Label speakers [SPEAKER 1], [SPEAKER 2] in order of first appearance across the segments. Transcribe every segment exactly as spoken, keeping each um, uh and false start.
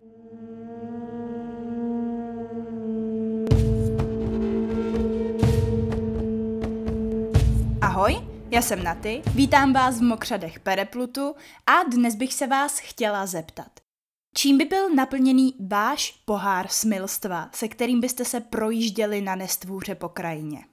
[SPEAKER 1] Ahoj, já jsem Naty, vítám vás v Mokřadech Pereplutu a dnes bych se vás chtěla zeptat. Čím by byl naplněný váš pohár smilstva, se kterým byste se projížděli na nestvůře po krajině?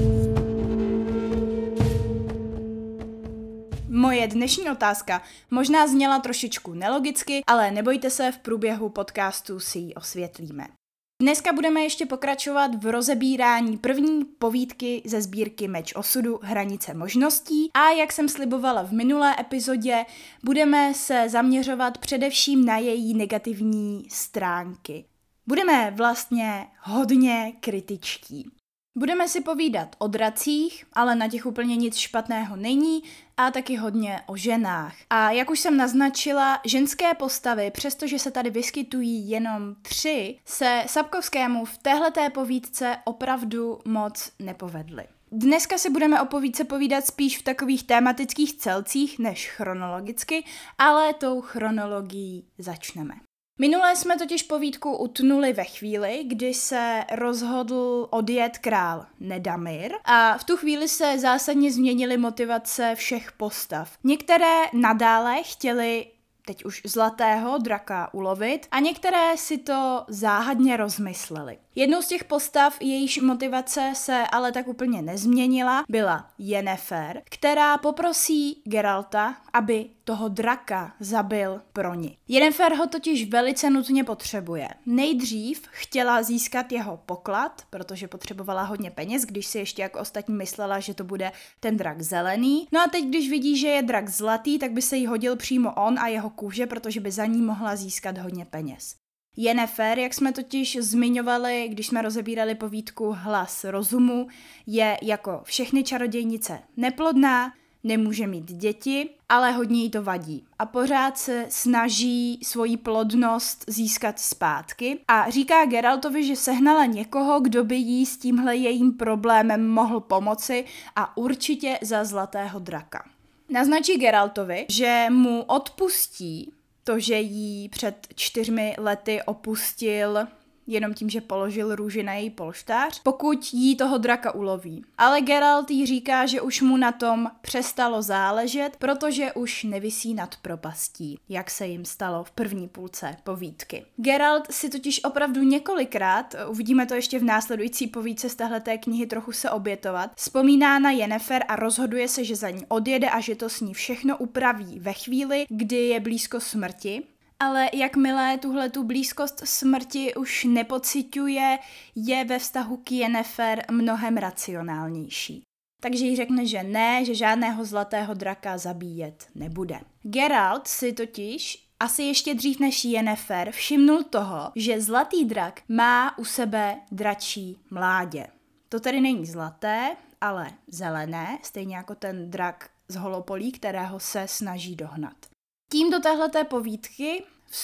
[SPEAKER 1] Moje dnešní otázka možná zněla trošičku nelogicky, ale nebojte se, v průběhu podcastu si ji osvětlíme. Dneska budeme ještě pokračovat v rozebírání první povídky ze sbírky Meč osudu Hranice možností a jak jsem slibovala v minulé epizodě, budeme se zaměřovat především na její negativní stránky. Budeme vlastně hodně kritičtí. Budeme si povídat o dracích, ale na těch úplně nic špatného není, a taky hodně o ženách. A jak už jsem naznačila, ženské postavy, přestože se tady vyskytují jenom tři, se Sapkovskému v téhleté povídce opravdu moc nepovedly. Dneska si budeme o povídce povídat spíš v takových tématických celcích než chronologicky, ale tou chronologií začneme. Minule jsme totiž povídku utnuli ve chvíli, kdy se rozhodl odjet král Nedamir a v tu chvíli se zásadně změnily motivace všech postav. Některé nadále chtěli teď už zlatého draka ulovit a některé si to záhadně rozmysleli. Jednou z těch postav, jejíž motivace se ale tak úplně nezměnila, byla Yennefer, která poprosí Geralta, aby toho draka zabil pro ní. Yennefer ho totiž velice nutně potřebuje. Nejdřív chtěla získat jeho poklad, protože potřebovala hodně peněz, když si ještě jako ostatní myslela, že to bude ten drak zelený. No a teď, když vidí, že je drak zlatý, tak by se jí hodil přímo on a jeho kůže, protože by za ní mohla získat hodně peněz. Yennefer, jak jsme totiž zmiňovali, když jsme rozebírali povídku Hlas rozumu, je jako všechny čarodějnice neplodná, nemůže mít děti, ale hodně jí to vadí. A pořád se snaží svoji plodnost získat zpátky a říká Geraltovi, že sehnala někoho, kdo by jí s tímhle jejím problémem mohl pomoci a určitě za zlatého draka. Naznačí Geraltovi, že mu odpustí to, že jí před čtyřmi lety opustil jenom tím, že položil růži na její polštář, pokud jí toho draka uloví. Ale Geralt jí říká, že už mu na tom přestalo záležet, protože už nevisí nad propastí, jak se jim stalo v první půlce povídky. Geralt si totiž opravdu několikrát, uvidíme to ještě v následující povídce z téhleté knihy Trochu se obětovat, vzpomíná na Yennefer a rozhoduje se, že za ní odjede a že to s ní všechno upraví ve chvíli, kdy je blízko smrti. Ale jakmile tuhletu blízkost smrti už nepociťuje, je ve vztahu k Yennefer mnohem racionálnější. Takže jí řekne, že ne, že žádného zlatého draka zabíjet nebude. Geralt si totiž asi ještě dřív než Yennefer všimnul toho, že zlatý drak má u sebe dračí mládě. To tedy není zlaté, ale zelené, stejně jako ten drak z Holopolí, kterého se snaží dohnat. Tím do téhleté povídky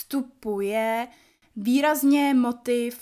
[SPEAKER 1] vstupuje výrazně motiv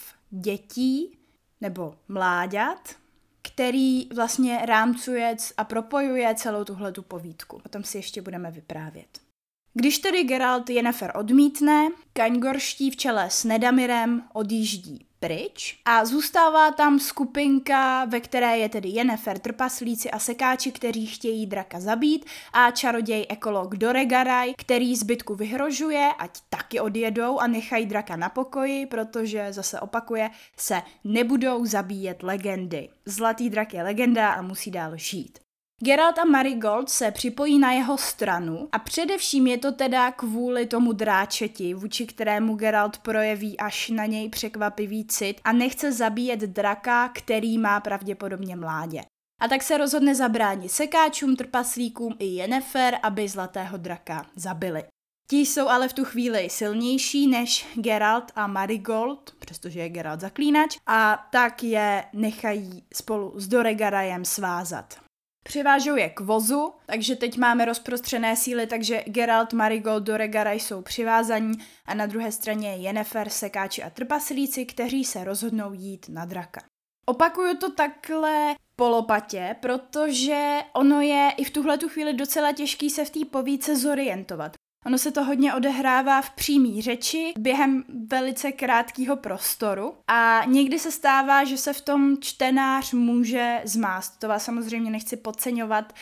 [SPEAKER 1] dětí nebo mláďat, který vlastně rámcuje a propojuje celou tuhletu povídku. O tom si ještě budeme vyprávět. Když tedy Geralt Yennefer odmítne, kaňgorští v čele s Nedamirem odjíždí pryč a zůstává tam skupinka, ve které je tedy Yennefer, trpaslíci a sekáči, kteří chtějí draka zabít, a čaroděj ekolog Doregaraj, který zbytku vyhrožuje, ať taky odjedou a nechají draka na pokoji, protože zase opakuje, se nebudou zabíjet legendy. Zlatý drak je legenda a musí dál žít. Geralt a Marigold se připojí na jeho stranu a především je to teda kvůli tomu dráčeti, vůči kterému Geralt projeví až na něj překvapivý cit a nechce zabíjet draka, který má pravděpodobně mládě. A tak se rozhodne zabránit sekáčům, trpaslíkům i Yennefer, aby zlatého draka zabili. Ti jsou ale v tu chvíli silnější než Geralt a Marigold, přestože je Geralt zaklínač, a tak je nechají spolu s Doregarajem svázat. Přivážou je k vozu, takže teď máme rozprostřené síly, takže Geralt, Marigold, Doregaraj jsou přivázaní a na druhé straně je Yennefer, sekáči a trpaslíci, kteří se rozhodnou jít na draka. Opakuju to takhle polopatě, protože ono je i v tuhletu chvíli docela těžký se v té povídce zorientovat. Ono se to hodně odehrává v přímé řeči během velice krátkého prostoru a někdy se stává, že se v tom čtenář může zmást. To vás samozřejmě nechci podceňovat,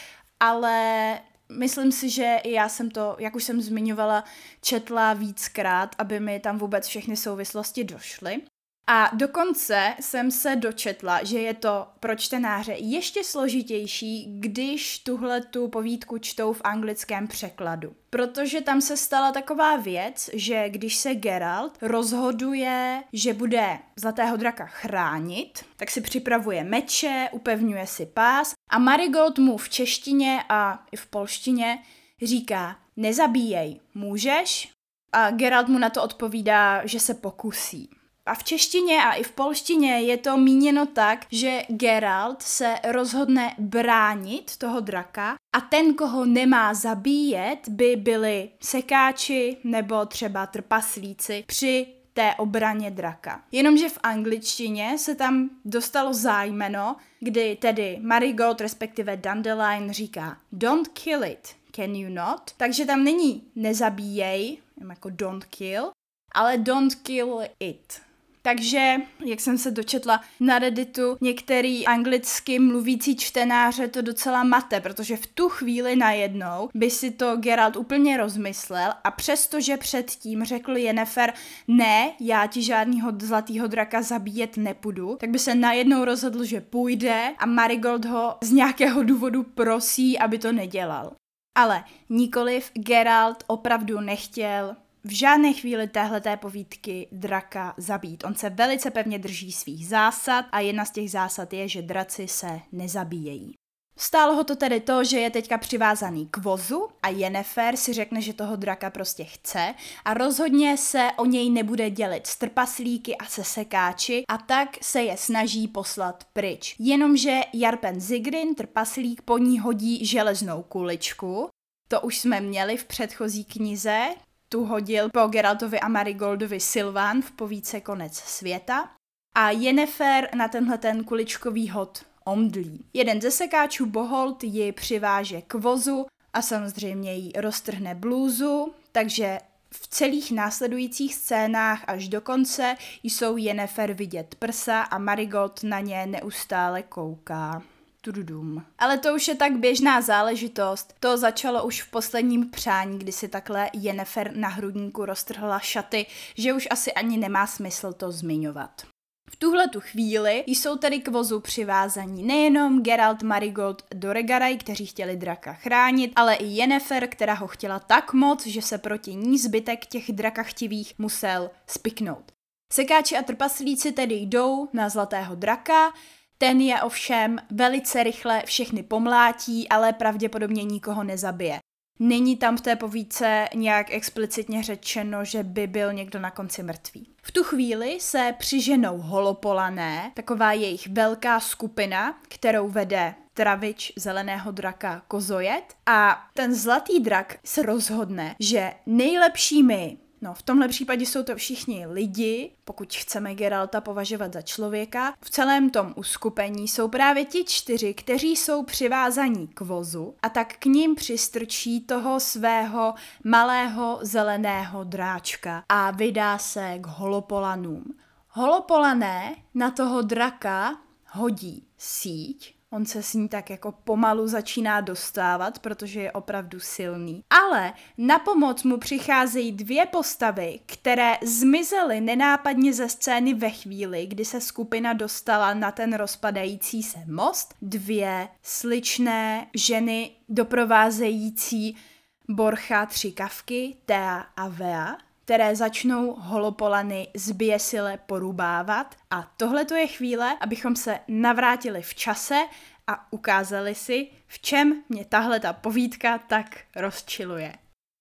[SPEAKER 1] ale myslím si, že i já jsem to, jak už jsem zmiňovala, četla víckrát, aby mi tam vůbec všechny souvislosti došly. A dokonce jsem se dočetla, že je to pro čtenáře ještě složitější, když tuhle tu povídku čtou v anglickém překladu. Protože tam se stala taková věc, že když se Geralt rozhoduje, že bude Zlatého draka chránit, tak si připravuje meče, upevňuje si pás a Marigold mu v češtině a i v polštině říká: nezabíjej, můžeš? A Geralt mu na to odpovídá, že se pokusí. A v češtině a i v polštině je to míněno tak, že Geralt se rozhodne bránit toho draka a ten, koho nemá zabíjet, by byli sekáči nebo třeba trpaslíci při té obraně draka. Jenomže v angličtině se tam dostalo zájmeno, kdy tedy Marigold respektive Dandelion říká don't kill it, can you not? Takže tam není nezabíjej, jako don't kill, ale don't kill it. Takže, jak jsem se dočetla na Redditu, některý anglicky mluvící čtenáře to docela mate, protože v tu chvíli najednou by si to Geralt úplně rozmyslel a přestože předtím řekl Yennefer, ne, já ti žádnýho zlatýho draka zabíjet nepůjdu, tak by se najednou rozhodl, že půjde a Marigold ho z nějakého důvodu prosí, aby to nedělal. Ale nikoliv, Geralt opravdu nechtěl v žádné chvíli téhleté povídky draka zabít. On se velice pevně drží svých zásad a jedna z těch zásad je, že draci se nezabíjejí. Stálo ho to tedy to, že je teďka přivázaný k vozu a Yennefer si řekne, že toho draka prostě chce a rozhodně se o něj nebude dělit s trpaslíky a se sekáči a tak se je snaží poslat pryč. Jenomže Jarpen Zigrin, trpaslík, po ní hodí železnou kuličku. To už jsme měli v předchozí knize. Tu hodil po Geraltovi a Marigoldovi Sylvan v povídce Konec světa a Yennefer na tenhle ten kuličkový hod omdlí. Jeden ze sekáčů Boholt ji přiváže k vozu a samozřejmě jí roztrhne blůzu, takže v celých následujících scénách až do konce jsou Yennefer vidět prsa a Marigold na ně neustále kouká. Tududum. Ale to už je tak běžná záležitost. To začalo už v posledním přání, kdy si takhle Yennefer na hrudníku roztrhla šaty, že už asi ani nemá smysl to zmiňovat. V tuhle tu chvíli jsou tedy k vozu přivázaní nejenom Geralt, Marigold, Doregaraj, kteří chtěli draka chránit, ale i Yennefer, která ho chtěla tak moc, že se proti ní zbytek těch drakachtivých musel spiknout. Sekáči a trpaslíci tedy jdou na Zlatého draka. Ten je ovšem velice rychle všechny pomlátí, ale pravděpodobně nikoho nezabije. Není tam v té povídce nějak explicitně řečeno, že by byl někdo na konci mrtvý. V tu chvíli se přiženou Holopolané, taková jejich velká skupina, kterou vede travič zeleného draka Kozojet. A ten zlatý drak se rozhodne, že nejlepšími, no v tomhle případě jsou to všichni lidi, pokud chceme Geralta považovat za člověka, v celém tom uskupení jsou právě ti čtyři, kteří jsou přivázaní k vozu a tak k ním přistrčí toho svého malého zeleného dráčka a vydá se k Holopolanům. Holopolané na toho draka hodí síť. On se s ní tak jako pomalu začíná dostávat, protože je opravdu silný. Ale na pomoc mu přicházejí dvě postavy, které zmizely nenápadně ze scény ve chvíli, kdy se skupina dostala na ten rozpadající se most. Dvě sličné ženy doprovázející Borcha Třikavky, Thea a Vea, které začnou Holopolany zběsile porubávat. A tohle to je chvíle, abychom se navrátili v čase a ukázali si, v čem mě tahle ta povídka tak rozčiluje.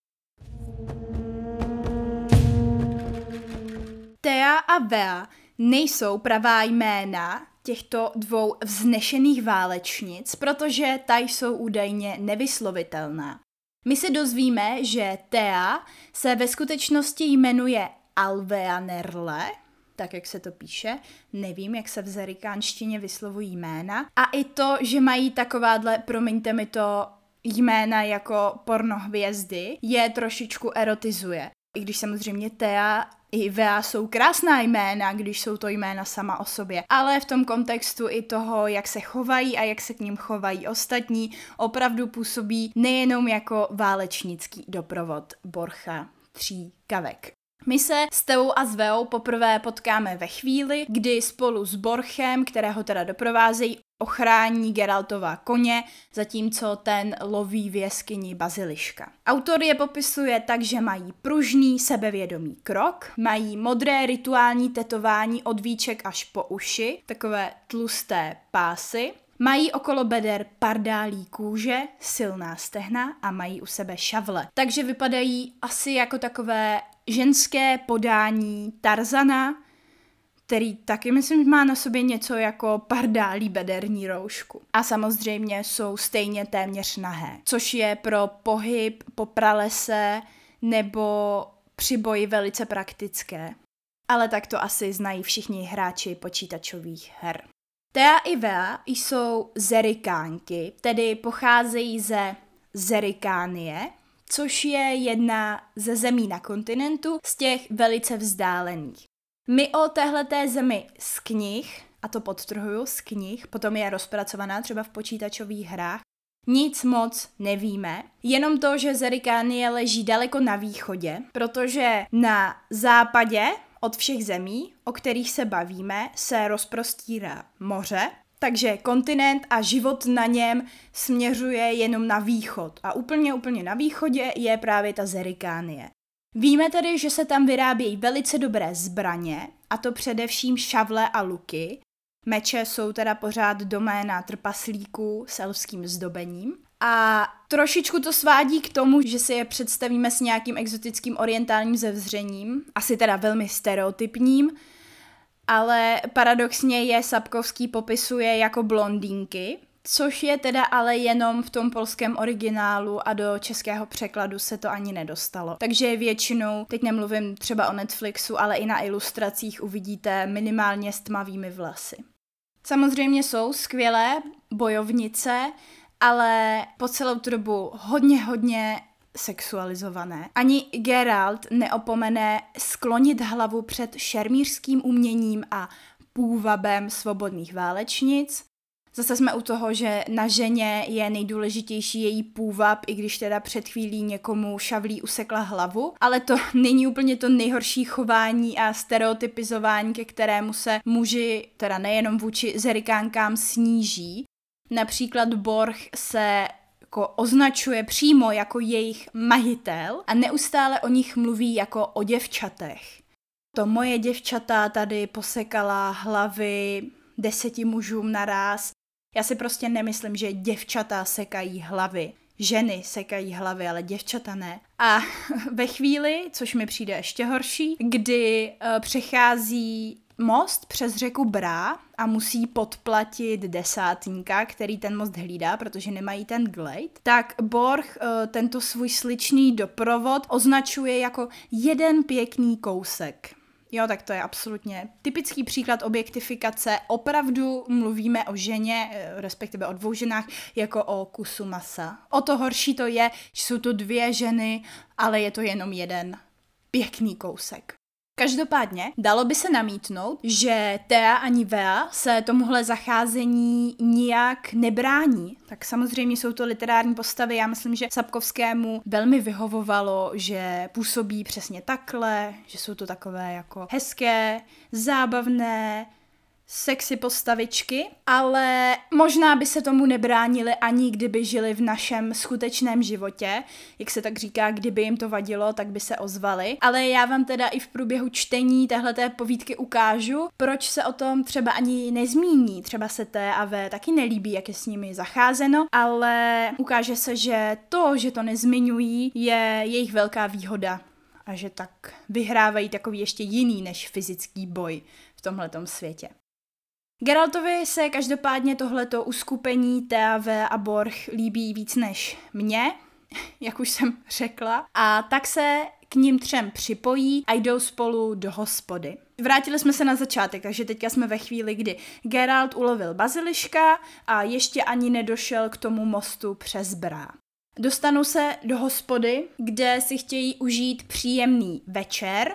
[SPEAKER 1] Thea a Vea nejsou pravá jména těchto dvou vznešených válečnic, protože ta jsou údajně nevyslovitelná. My se dozvíme, že Thea se ve skutečnosti jmenuje Alvea Nerle, tak jak se to píše, nevím, jak se v zerikánštině vyslovují jména, a i to, že mají takováhle, promiňte mi to, jména jako pornohvězdy je trošičku erotizuje. I když samozřejmě Thea i Vea jsou krásná jména, když jsou to jména sama o sobě. Ale v tom kontextu i toho, jak se chovají a jak se k ním chovají ostatní, opravdu působí nejenom jako válečnický doprovod Borcha tří kavek. My se s Theou a s Veou poprvé potkáme ve chvíli, kdy spolu s Borchem, kterého teda doprovázejí, ochrání Geraltova koně, zatímco ten loví v jeskyni baziliška. Autor je popisuje tak, že mají pružný, sebevědomý krok, mají modré rituální tetování od víček až po uši, takové tlusté pásy, mají okolo beder pardálí kůže, silná stehna a mají u sebe šavle. Takže vypadají asi jako takové ženské podání Tarzana, který taky, myslím, má na sobě něco jako pardálí bederní roušku. A samozřejmě jsou stejně téměř nahé, což je pro pohyb po pralese nebo při boji velice praktické. Ale tak to asi znají všichni hráči počítačových her. Thea i Vea jsou zerikánky, tedy pocházejí ze Zerikánie, což je jedna ze zemí na kontinentu z těch velice vzdálených. My o téhleté zemi z knih, a to podtrhuju, z knih, potom je rozpracovaná třeba v počítačových hrách, nic moc nevíme, jenom to, že Zerikánie leží daleko na východě, protože na západě od všech zemí, o kterých se bavíme, se rozprostírá moře, takže kontinent a život na něm směřuje jenom na východ. A úplně, úplně na východě je právě ta Zerikánie. Víme tedy, že se tam vyrábějí velice dobré zbraně, a to především šavle a luky. Meče jsou teda pořád doména trpaslíků s elfským zdobením. A trošičku to svádí k tomu, že si je představíme s nějakým exotickým orientálním zevzřením, asi teda velmi stereotypním, ale paradoxně je Sapkowski popisuje jako blondýnky, což je teda ale jenom v tom polském originálu a do českého překladu se to ani nedostalo. Takže většinou, teď nemluvím třeba o Netflixu, ale i na ilustracích uvidíte minimálně s tmavými vlasy. Samozřejmě jsou skvělé bojovnice, ale po celou tu dobu hodně, hodně sexualizované. Ani Geralt neopomene sklonit hlavu před šermířským uměním a půvabem svobodných válečnic. Zase jsme u toho, že na ženě je nejdůležitější její půvab, i když teda před chvílí někomu šavlí usekla hlavu, ale to není úplně to nejhorší chování a stereotypizování, ke kterému se muži, teda nejenom vůči zerikánkám, sníží. Například Borch se jako označuje přímo jako jejich majitel a neustále o nich mluví jako o děvčatech. To moje děvčata tady posekala hlavy deseti mužům naráz. Já si prostě nemyslím, že děvčata sekají hlavy. Ženy sekají hlavy, ale děvčata ne. A ve chvíli, což mi přijde ještě horší, kdy uh, přechází most přes řeku Brá a musí podplatit desátníka, který ten most hlídá, protože nemají ten glade, tak Borch uh, tento svůj sličný doprovod označuje jako jeden pěkný kousek. Jo, tak to je absolutně typický příklad objektifikace. Opravdu mluvíme o ženě, respektive o dvou ženách, jako o kusu masa. O to horší to je, že jsou to dvě ženy, ale je to jenom jeden pěkný kousek. Každopádně dalo by se namítnout, že Thea ani Vea se tomuhle zacházení nijak nebrání. Tak samozřejmě jsou to literární postavy, já myslím, že Sapkowskému velmi vyhovovalo, že působí přesně takhle, že jsou to takové jako hezké, zábavné, sexy postavičky, ale možná by se tomu nebránili ani kdyby žili v našem skutečném životě, jak se tak říká, kdyby jim to vadilo, tak by se ozvali, ale já vám teda i v průběhu čtení téhleté povídky ukážu, proč se o tom třeba ani nezmíní, třeba se T a V taky nelíbí, jak je s nimi zacházeno, ale ukáže se, že to, že to nezmiňují, je jejich velká výhoda a že tak vyhrávají takový ještě jiný než fyzický boj v tomhletom světě. Geraltovi se každopádně tohleto uskupení Thea, V a Borch líbí víc než mě, jak už jsem řekla, a tak se k ním třem připojí a jdou spolu do hospody. Vrátili jsme se na začátek, takže teďka jsme ve chvíli, kdy Geralt ulovil baziliška a ještě ani nedošel k tomu mostu přes Brá. Dostanou se do hospody, kde si chtějí užít příjemný večer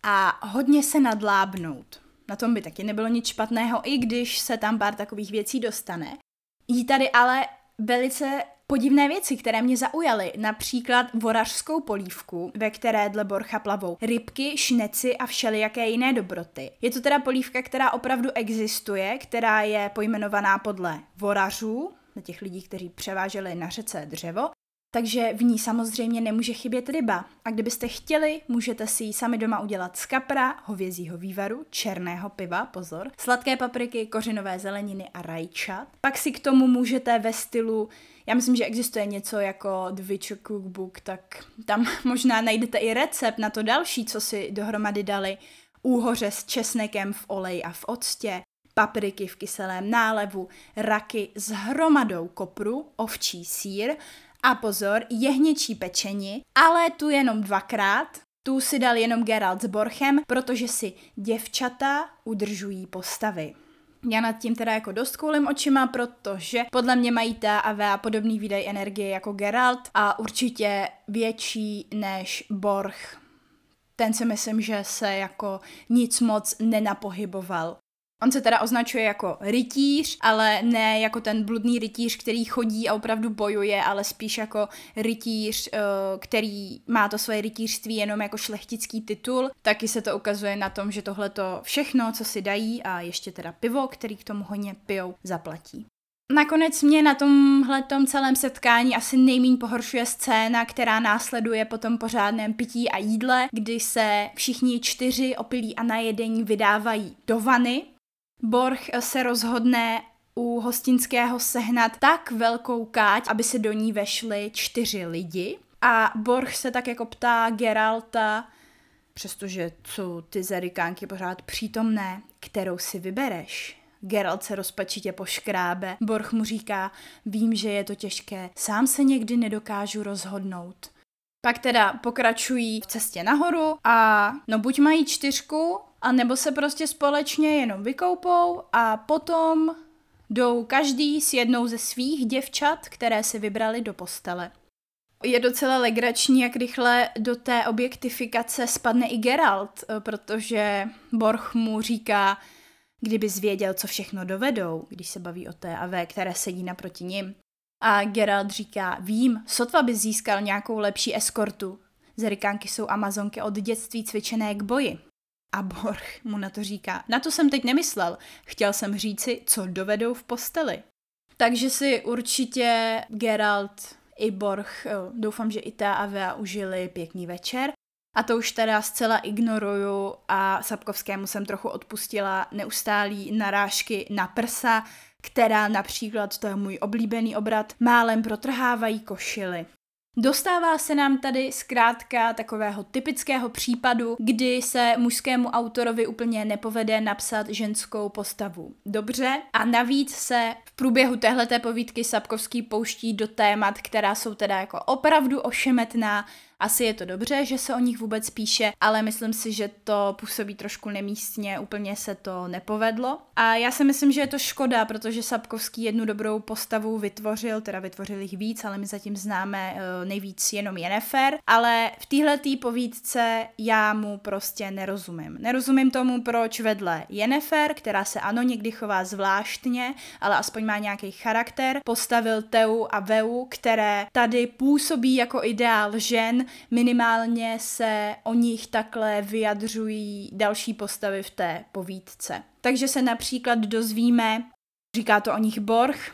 [SPEAKER 1] a hodně se nadlábnout. Na tom by taky nebylo nic špatného, i když se tam pár takových věcí dostane. Jí tady ale velice podivné věci, které mě zaujaly, například vorařskou polívku, ve které dle Borcha plavou rybky, šneci a všelijaké jiné dobroty. Je to teda polívka, která opravdu existuje, která je pojmenovaná podle vorařů, těch lidí, kteří převáželi na řece dřevo, takže v ní samozřejmě nemůže chybět ryba. A kdybyste chtěli, můžete si ji sami doma udělat z kapra, hovězího vývaru, černého piva, pozor, sladké papriky, kořenové zeleniny a rajčat. Pak si k tomu můžete ve stylu, já myslím, že existuje něco jako The Witcher Cookbook, tak tam možná najdete i recept na to další, co si dohromady dali. Úhoře s česnekem v oleji a v octě, papriky v kyselém nálevu, raky s hromadou kopru, ovčí sýr a pozor, jehněčí pečení, ale tu jenom dvakrát. Tu si dal jenom Geralt s Borchem, protože si děvčata udržují postavy. Já nad tím teda jako dost koulím očima, protože podle mě mají ta a Vea podobný výdaj energie jako Geralt a určitě větší než Borch. Ten si myslím, že se jako nic moc nenapohyboval. On se teda označuje jako rytíř, ale ne jako ten bludný rytíř, který chodí a opravdu bojuje, ale spíš jako rytíř, který má to svoje rytířství jenom jako šlechtický titul. Taky se to ukazuje na tom, že tohleto všechno, co si dají a ještě teda pivo, který k tomu hodně pijou, zaplatí. Nakonec mě na tomhletom celém setkání asi nejméně pohoršuje scéna, která následuje po tom pořádném pití a jídle, kdy se všichni čtyři opilí a najedení vydávají do vany. Borch se rozhodne u hostinského sehnat tak velkou káť, aby se do ní vešly čtyři lidi. A Borch se tak jako ptá Geralta, přestože jsou ty zarykánky pořád přítomné, kterou si vybereš. Geralt se rozpačitě poškrábe. Borch mu říká, vím, že je to těžké, sám se někdy nedokážu rozhodnout. Pak teda pokračují v cestě nahoru a no buď mají čtyřku, a nebo se prostě společně jenom vykoupou a potom jdou každý s jednou ze svých děvčat, které si vybrali do postele. Je docela legrační, jak rychle do té objektifikace spadne i Geralt, protože Borch mu říká, kdybys věděl, co všechno dovedou, když se baví o té a V, které sedí naproti nim. A Geralt říká, vím, sotva bys získal nějakou lepší eskortu. Zarykánky jsou amazonky od dětství cvičené k boji. A Borch mu na to říká, na to jsem teď nemyslel, chtěl jsem říci, co dovedou v posteli. Takže si určitě Geralt i Borch, doufám, že i ta a Vea užili pěkný večer. A to už teda zcela ignoruju a Sapkovskému jsem trochu odpustila neustálý narážky na prsa, která například, to je můj oblíbený obrat, málem protrhávají košily. Dostává se nám tady zkrátka takového typického případu, kdy se mužskému autorovi úplně nepovede napsat ženskou postavu dobře a navíc se v průběhu téhleté povídky Sapkovský pouští do témat, která jsou teda jako opravdu ošemetná. Asi je to dobře, že se o nich vůbec píše, ale myslím si, že to působí trošku nemístně, úplně se to nepovedlo. A já si myslím, že je to škoda, protože Sapkovský jednu dobrou postavu vytvořil, teda vytvořil jich víc, ale my zatím známe nejvíc jenom Yennefer, ale v téhletý povídce já mu prostě nerozumím. Nerozumím tomu, proč vedle Yennefer, která se ano někdy chová zvláštně, ale aspoň má nějaký charakter, postavil Teu a Veu, které tady působí jako ideál žen. Minimálně se o nich takhle vyjadřují další postavy v té povídce. Takže se například dozvíme, říká to o nich Borch,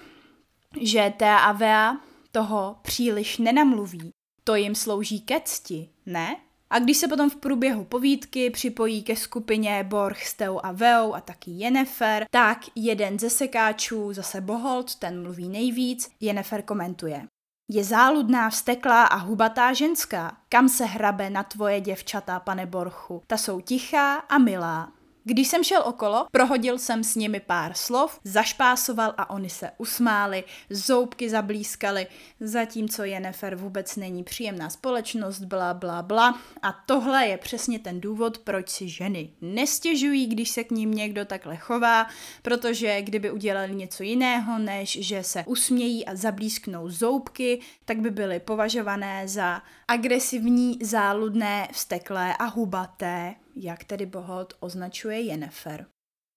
[SPEAKER 1] že Thea a Vea toho příliš nenamluví. To jim slouží ke cti, ne? A když se potom v průběhu povídky připojí ke skupině Borch s Theou a Veou a taky Yennefer, tak jeden ze sekáčů, zase Boholt, ten mluví nejvíc, Yennefer komentuje. Je záludná, vzteklá a hubatá ženská. Kam se hrabe na tvoje děvčata, pane Borchu? Ta jsou tichá a milá. Když jsem šel okolo, prohodil jsem s nimi pár slov, zašpásoval a oni se usmáli, zoubky zablízkaly, zatímco Yennefer vůbec není příjemná společnost, bla bla bla. A tohle je přesně ten důvod, proč si ženy nestěžují, když se k ním někdo takhle chová, protože kdyby udělali něco jiného, než že se usmějí a zablízknou zoubky, tak by byly považované za agresivní, záludné, vzteklé a hubaté, jak tedy Boholt označuje Yennefer.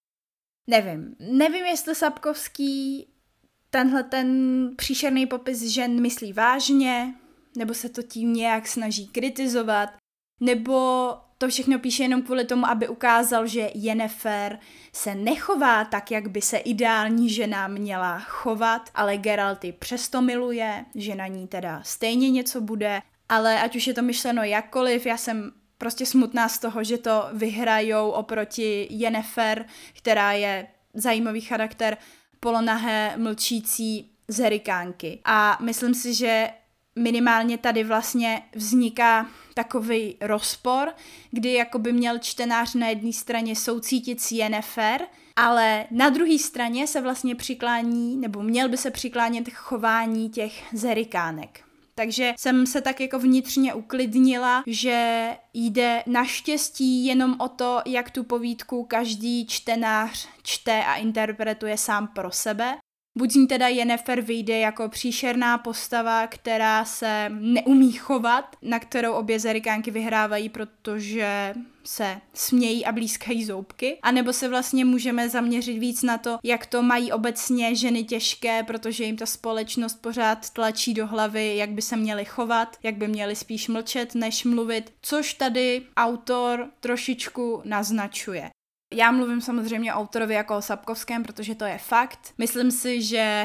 [SPEAKER 1] Nevím, nevím, jestli Sapkowski tenhle ten příšerný popis žen myslí vážně, nebo se to tím nějak snaží kritizovat, nebo to všechno píše jenom kvůli tomu, aby ukázal, že Yennefer se nechová tak, jak by se ideální žena měla chovat, ale Geralt ji přesto miluje, že na ní teda stejně něco bude, ale ať už je to myšleno jakkoliv, já jsem prostě smutná z toho, že to vyhrajou oproti Yennefer, která je zajímavý charakter, polonahé, mlčící zerikánky. A myslím si, že minimálně tady vlastně vzniká takový rozpor, kdy jako by měl čtenář na jedné straně soucítit s Yennefer, ale na druhé straně se vlastně přiklání, nebo měl by se přiklánět k chování těch zerikánek. Takže jsem se tak jako vnitřně uklidnila, že jde naštěstí jenom o to, jak tu povídku každý čtenář čte a interpretuje sám pro sebe. Buď z ní teda Yennefer vyjde jako příšerná postava, která se neumí chovat, na kterou obě zerikánky vyhrávají, protože se smějí a blízkají zoubky, anebo se vlastně můžeme zaměřit víc na to, jak to mají obecně ženy těžké, protože jim ta společnost pořád tlačí do hlavy, jak by se měly chovat, jak by měly spíš mlčet, než mluvit, což tady autor trošičku naznačuje. Já mluvím samozřejmě o autorovi jako o Sapkowském, protože to je fakt. Myslím si, že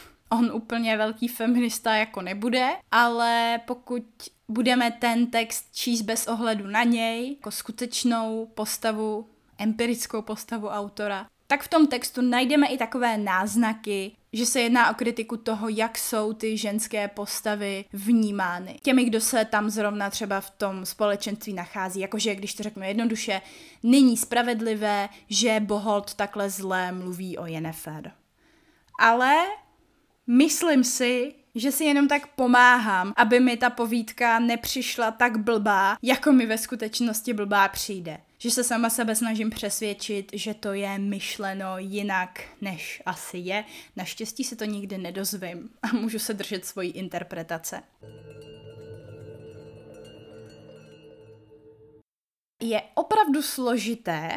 [SPEAKER 1] on úplně velký feminista jako nebude, ale pokud budeme ten text číst bez ohledu na něj, jako skutečnou postavu, empirickou postavu autora, tak v tom textu najdeme i takové náznaky, že se jedná o kritiku toho, jak jsou ty ženské postavy vnímány. Těmi, kdo se tam zrovna třeba v tom společenství nachází, jakože, když to řeknu jednoduše, není spravedlivé, že Boholt takhle zlé mluví o Yennefer. Ale myslím si, že si jenom tak pomáhám, aby mi ta povídka nepřišla tak blbá, jako mi ve skutečnosti blbá přijde. Že se sama sebe snažím přesvědčit, že to je myšleno jinak, než asi je. Naštěstí se to nikdy nedozvím a můžu se držet svojí interpretace. Je opravdu složité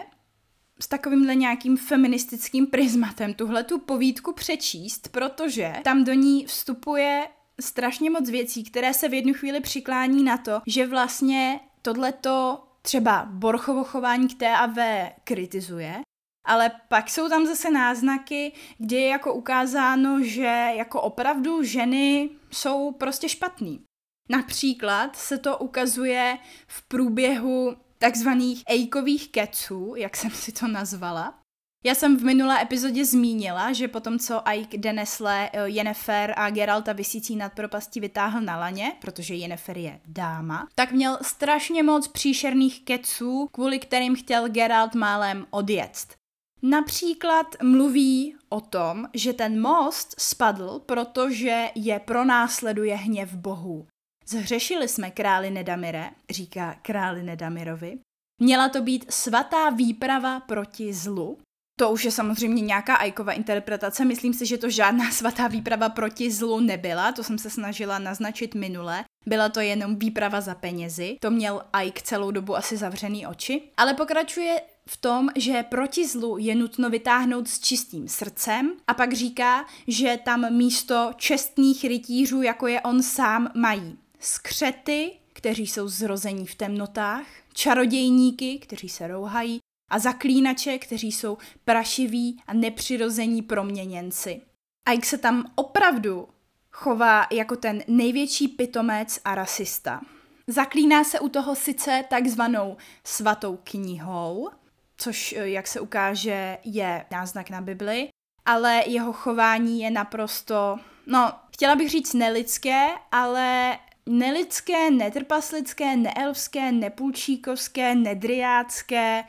[SPEAKER 1] s takovýmhle nějakým feministickým prismatem tuhletu povídku přečíst, protože tam do ní vstupuje strašně moc věcí, které se v jednu chvíli přiklání na to, že vlastně tohleto třeba Borchovo chování k T A V kritizuje, ale pak jsou tam zase náznaky, kdy je jako ukázáno, že jako opravdu ženy jsou prostě špatný. Například se to ukazuje v průběhu takzvaných ejkových keců, jak jsem si to nazvala. Já jsem v minulé epizodě zmínila, že potom, co Ike Denesle Yennefer a Geralta visící nad propastí vytáhl na laně, protože Yennefer je dáma, tak měl strašně moc příšerných keců, kvůli kterým chtěl Geralt málem odjet. Například mluví o tom, že ten most spadl, protože je pronásleduje hněv bohů. Zhřešili jsme králi Nedamire, říká králi Nedamirovi. Měla to být svatá výprava proti zlu. To už je samozřejmě nějaká Aikova interpretace, myslím si, že to žádná svatá výprava proti zlu nebyla, to jsem se snažila naznačit minule. Byla to jenom výprava za penězi, to měl Ike celou dobu asi zavřený oči. Ale pokračuje v tom, že proti zlu je nutno vytáhnout s čistým srdcem a pak říká, že tam místo čestných rytířů, jako je on sám, mají skřety, kteří jsou zrození v temnotách, čarodějníky, kteří se rouhají, a zaklínače, kteří jsou prašiví a nepřirození proměněnci. Ike se tam opravdu chová jako ten největší pitomec a rasista. Zaklíná se u toho sice takzvanou svatou knihou, což, jak se ukáže, je náznak na Bibli, ale jeho chování je naprosto, no, chtěla bych říct nelidské, ale nelidské, netrpaslické, neelfské, nepůlčíkovské, nedriácké,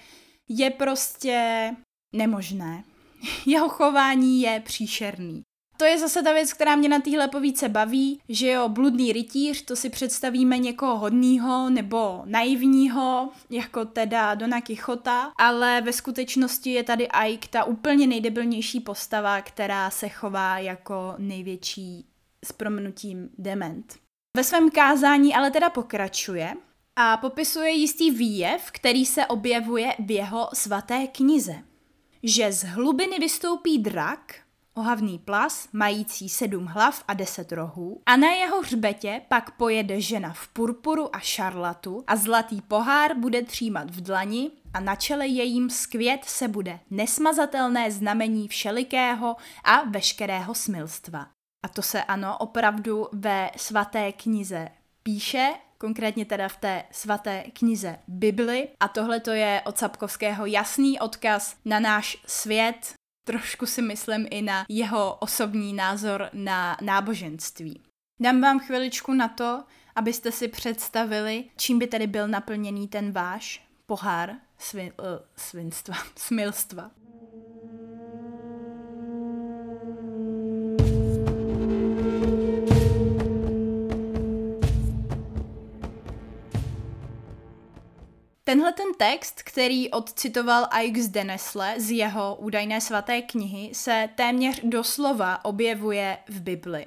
[SPEAKER 1] je prostě nemožné. Jeho chování je příšerný. To je zase ta věc, která mě na téhle povídce baví, že jo, bludný rytíř, to si představíme někoho hodnýho nebo naivního, jako teda Dona Quixota, ale ve skutečnosti je tady Ike ta úplně nejdebilnější postava, která se chová jako největší s prominutím dement. Ve svém kázání ale teda pokračuje a popisuje jistý výjev, který se objevuje v jeho svaté knize. Že z hlubiny vystoupí drak, ohavný plas, mající sedm hlav a deset rohů, a na jeho hřbetě pak pojede žena v purpuru a šarlatu a zlatý pohár bude třímat v dlani a na čele jejím skvět se bude nesmazatelné znamení všelikého a veškerého smilstva. A to se ano opravdu ve svaté knize píše, konkrétně teda v té svaté knize Bibli. A tohle to je od Sapkovského jasný odkaz na náš svět, trošku si myslím i na jeho osobní názor na náboženství. Dám vám chviličku na to, abyste si představili, čím by tedy byl naplněný ten váš pohár svin, uh, svinstva, smilstva. Tenhle ten text, který odcitoval Ike z Denesle z jeho údajné svaté knihy, se téměř doslova objevuje v Bibli.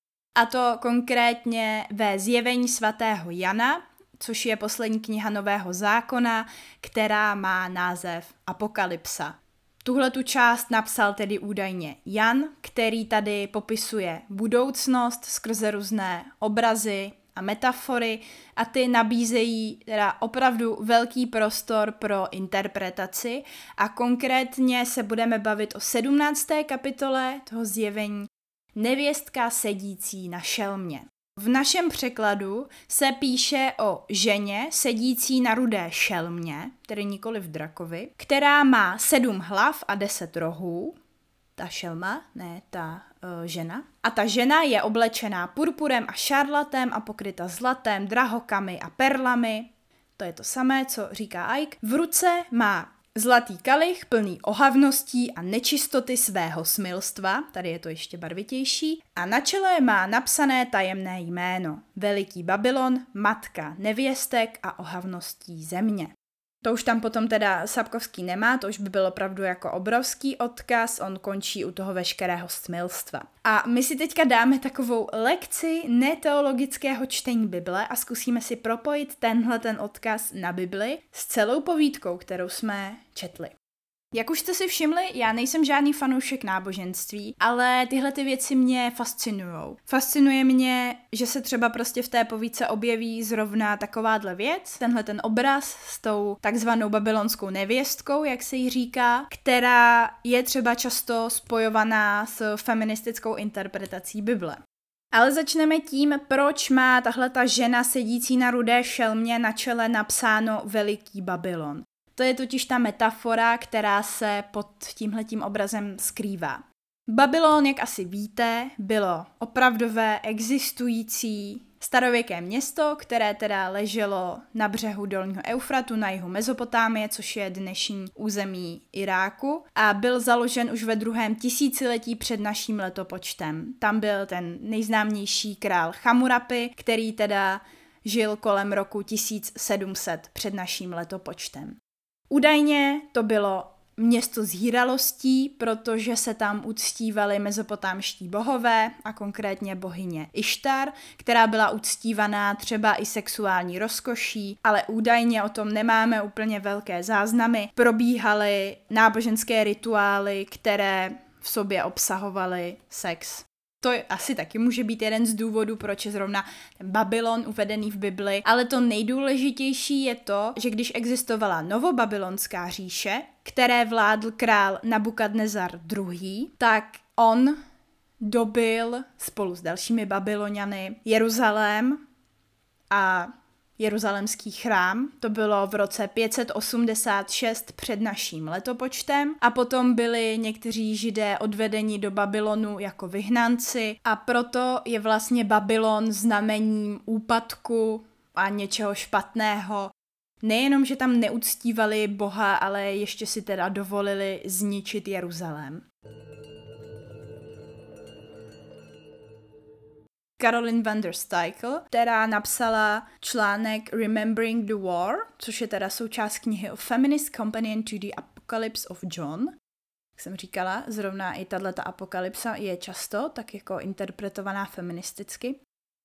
[SPEAKER 1] A to konkrétně ve Zjevení svatého Jana, což je poslední kniha Nového zákona, která má název Apokalypsa. Tuhle tu část napsal tedy údajně Jan, který tady popisuje budoucnost skrze různé obrazy a metafory a ty nabízejí teda opravdu velký prostor pro interpretaci a konkrétně se budeme bavit o sedmnácté kapitole toho Zjevení Nevěstka sedící na šelmě. V našem překladu se píše o ženě sedící na rudé šelmě, tedy nikoli v drakovi, která má sedm hlav a deset rohů. Ta šelma, ne ta uh, žena. A ta žena je oblečená purpurem a šarlatem a pokryta zlatem, drahokamy a perlami. To je to samé, co říká Ike. V ruce má zlatý kalich plný ohavností a nečistoty svého smilstva, tady je to ještě barvitější, a na čele má napsané tajemné jméno. Veliký Babylon, matka nevěstek a ohavností země. To už tam potom teda Sapkovský nemá, to už by byl opravdu jako obrovský odkaz, on končí u toho veškerého smilstva. A my si teďka dáme takovou lekci neteologického čtení Bible a zkusíme si propojit tenhle ten odkaz na Bibli s celou povídkou, kterou jsme četli. Jak už jste si všimli, já nejsem žádný fanoušek náboženství, ale tyhle ty věci mě fascinujou. Fascinuje mě, že se třeba prostě v té povídce objeví zrovna takováhle věc, tenhle ten obraz s tou takzvanou babylonskou nevěstkou, jak se jí říká, která je třeba často spojovaná s feministickou interpretací Bible. Ale začneme tím, proč má tahle ta žena sedící na rudé šelmě na čele napsáno Veliký Babylon. To je totiž ta metafora, která se pod tímhletím obrazem skrývá. Babylon, jak asi víte, bylo opravdové existující starověké město, které teda leželo na břehu dolního Eufratu na jihu Mezopotámie, což je dnešní území Iráku, a byl založen už ve druhém tisíciletí před naším letopočtem. Tam byl ten nejznámější král Chamurapi, který teda žil kolem roku tisíc sedm set před naším letopočtem. Údajně to bylo město zhýralostí, protože se tam uctívali mezopotámští bohové a konkrétně bohyně Ištar, která byla uctívaná třeba i sexuální rozkoší, ale údajně o tom nemáme úplně velké záznamy. Probíhaly náboženské rituály, které v sobě obsahovaly sex. To asi taky může být jeden z důvodů, proč je zrovna ten Babylon uvedený v Bibli, ale to nejdůležitější je to, že když existovala novobabylonská říše, které vládl král Nabukadnezar druhý., tak on dobyl spolu s dalšími Babyloniany Jeruzalém a Jeruzalémský chrám, to bylo v roce pět set osmdesát šest před naším letopočtem a potom byli někteří Židé odvedeni do Babylonu jako vyhnanci a proto je vlastně Babylon znamením úpadku a něčeho špatného, nejenom, že tam neuctívali Boha, ale ještě si teda dovolili zničit Jeruzalém. Caroline van der Stuykel, která napsala článek Remembering the War, což je teda součást knihy A Feminist Companion to the Apocalypse of John. Jak jsem říkala, zrovna i tato apokalypsa je často tak jako interpretovaná feministicky.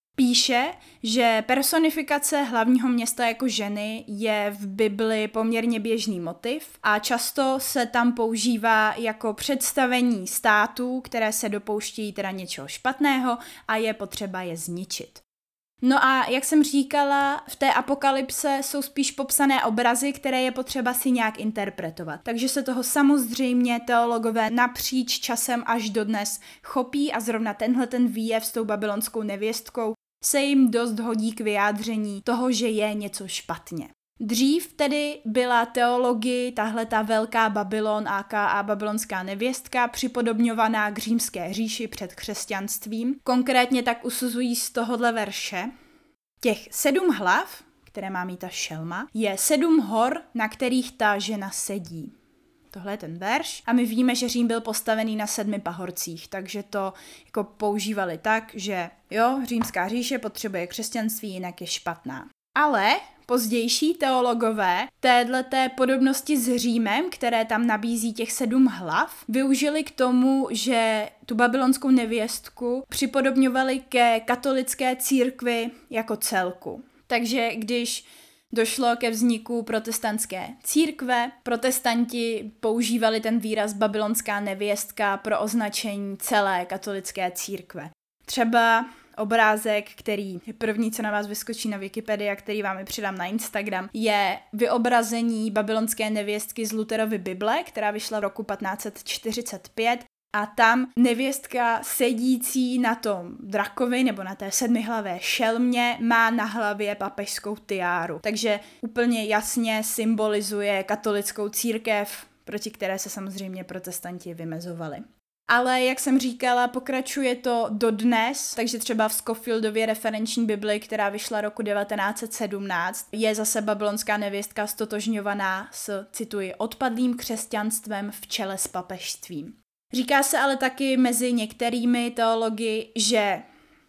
[SPEAKER 1] Píše, že personifikace hlavního města jako ženy je v Bibli poměrně běžný motiv a často se tam používá jako představení států, které se dopouštějí teda něčeho špatného a je potřeba je zničit. No a jak jsem říkala, v té apokalypse jsou spíš popsané obrazy, které je potřeba si nějak interpretovat. Takže se toho samozřejmě teologové napříč časem až dodnes chopí a zrovna tenhle ten výjev s tou babylonskou nevěstkou se jim dost hodí k vyjádření toho, že je něco špatně. Dřív tedy byla teologii tahle ta velká Babylon, aka babylonská nevěstka, připodobňovaná k římské říši před křesťanstvím. Konkrétně tak usuzují z tohohle verše. Těch sedm hlav, které má mít ta šelma, je sedm hor, na kterých ta žena sedí. Tohle je ten verš a my víme, že Řím byl postavený na sedmi pahorcích, takže to jako používali tak, že jo, římská říše potřebuje křesťanství, jinak je špatná. Ale pozdější teologové téhleté podobnosti s Římem, které tam nabízí těch sedm hlav, využili k tomu, že tu babylonskou nevěstku připodobňovali ke katolické církvi jako celku. Takže když došlo ke vzniku protestantské církve, protestanti používali ten výraz babylonská nevěstka pro označení celé katolické církve. Třeba obrázek, který je první, co na vás vyskočí na Wikipedii a který vám i přidám na Instagram, je vyobrazení babylonské nevěstky z Lutherovy Bible, která vyšla v roku patnáct set čtyřicet pět. A tam nevěstka sedící na tom drakovi nebo na té sedmihlavé šelmě má na hlavě papežskou tiáru. Takže úplně jasně symbolizuje katolickou církev, proti které se samozřejmě protestanti vymezovali. Ale jak jsem říkala, pokračuje to dodnes, takže třeba v Scofieldově referenční Bibli, která vyšla roku devatenáct set sedmnáct, je zase babylonská nevěstka stotožňovaná s, cituji, odpadlým křesťanstvem v čele s papežstvím. Říká se ale taky mezi některými teology, že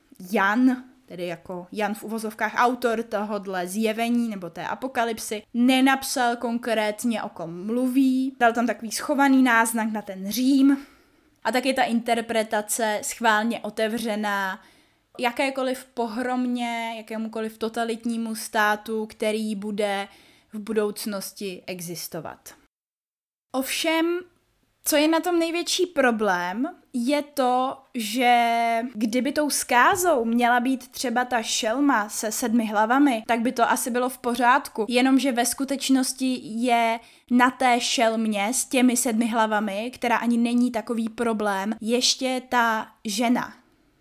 [SPEAKER 1] Jan, tedy jako Jan v uvozovkách autor tohodle zjevení nebo té apokalypsy, nenapsal konkrétně, o kom mluví, dal tam takový schovaný náznak na ten Řím a taky ta interpretace schválně otevřená jakékoliv pohromě, jakémukoliv totalitnímu státu, který bude v budoucnosti existovat. Ovšem, co je na tom největší problém, je to, že kdyby tou zkázou měla být třeba ta šelma se sedmi hlavami, tak by to asi bylo v pořádku. Jenomže ve skutečnosti je na té šelmě s těmi sedmi hlavami, která ani není takový problém, ještě ta žena,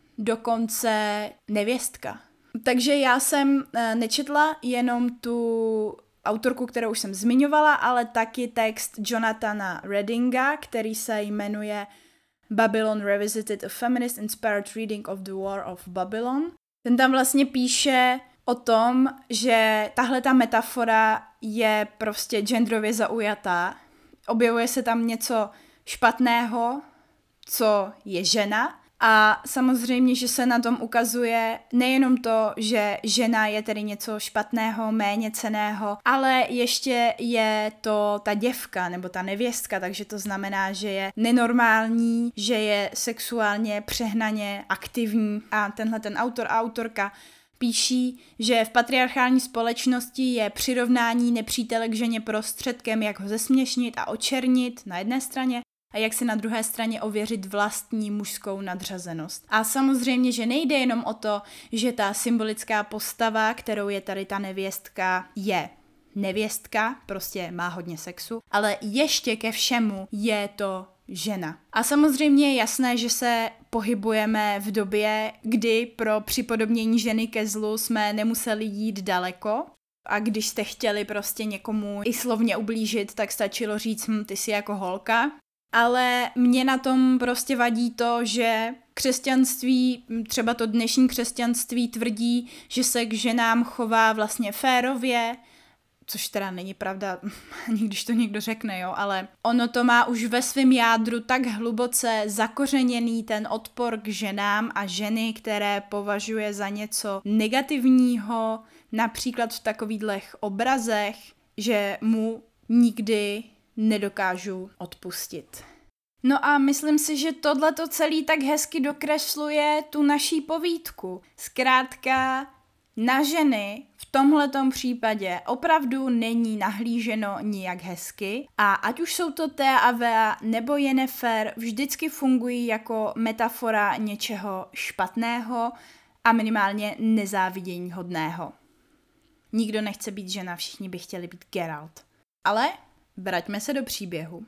[SPEAKER 1] dokonce nevěstka. Takže já jsem nečetla jenom tu autorku, kterou už jsem zmiňovala, ale taky text Jonathana Reddinga, který se jmenuje Babylon Revisited, a Feminist Inspired Reading of the War of Babylon. Ten tam vlastně píše o tom, že tahle ta metafora je prostě genderově zaujatá. Objevuje se tam něco špatného, co je žena, a samozřejmě, že se na tom ukazuje nejenom to, že žena je tedy něco špatného, méně cenného, ale ještě je to ta děvka nebo ta nevěstka, takže to znamená, že je nenormální, že je sexuálně přehnaně aktivní. A tenhle ten autor a autorka píší, že v patriarchální společnosti je přirovnání nepřítele k ženě prostředkem, jak ho zesměšnit a očernit na jedné straně, a jak si na druhé straně ověřit vlastní mužskou nadřazenost. A samozřejmě, že nejde jenom o to, že ta symbolická postava, kterou je tady ta nevěstka, je nevěstka, prostě má hodně sexu, ale ještě ke všemu je to žena. A samozřejmě je jasné, že se pohybujeme v době, kdy pro připodobnění ženy ke zlu jsme nemuseli jít daleko. A když jste chtěli prostě někomu i slovně ublížit, tak stačilo říct, hm, ty jsi jako holka. Ale mě na tom prostě vadí to, že křesťanství, třeba to dnešní křesťanství tvrdí, že se k ženám chová vlastně férově, což teda není pravda, ani když to někdo řekne, jo, ale ono to má už ve svém jádru tak hluboce zakořeněný ten odpor k ženám a ženy, které považuje za něco negativního, například v takovýchhlech obrazech, že mu nikdy nedokážu odpustit. No a myslím si, že tohleto celý tak hezky dokresluje tu naší povídku. Zkrátka, na ženy v tomhletom případě opravdu není nahlíženo nijak hezky a ať už jsou to Thea a Vea nebo Yennefer, vždycky fungují jako metafora něčeho špatného a minimálně nezáviděníhodného. Nikdo nechce být žena, všichni by chtěli být Geralt. Ale vraťme se do příběhu.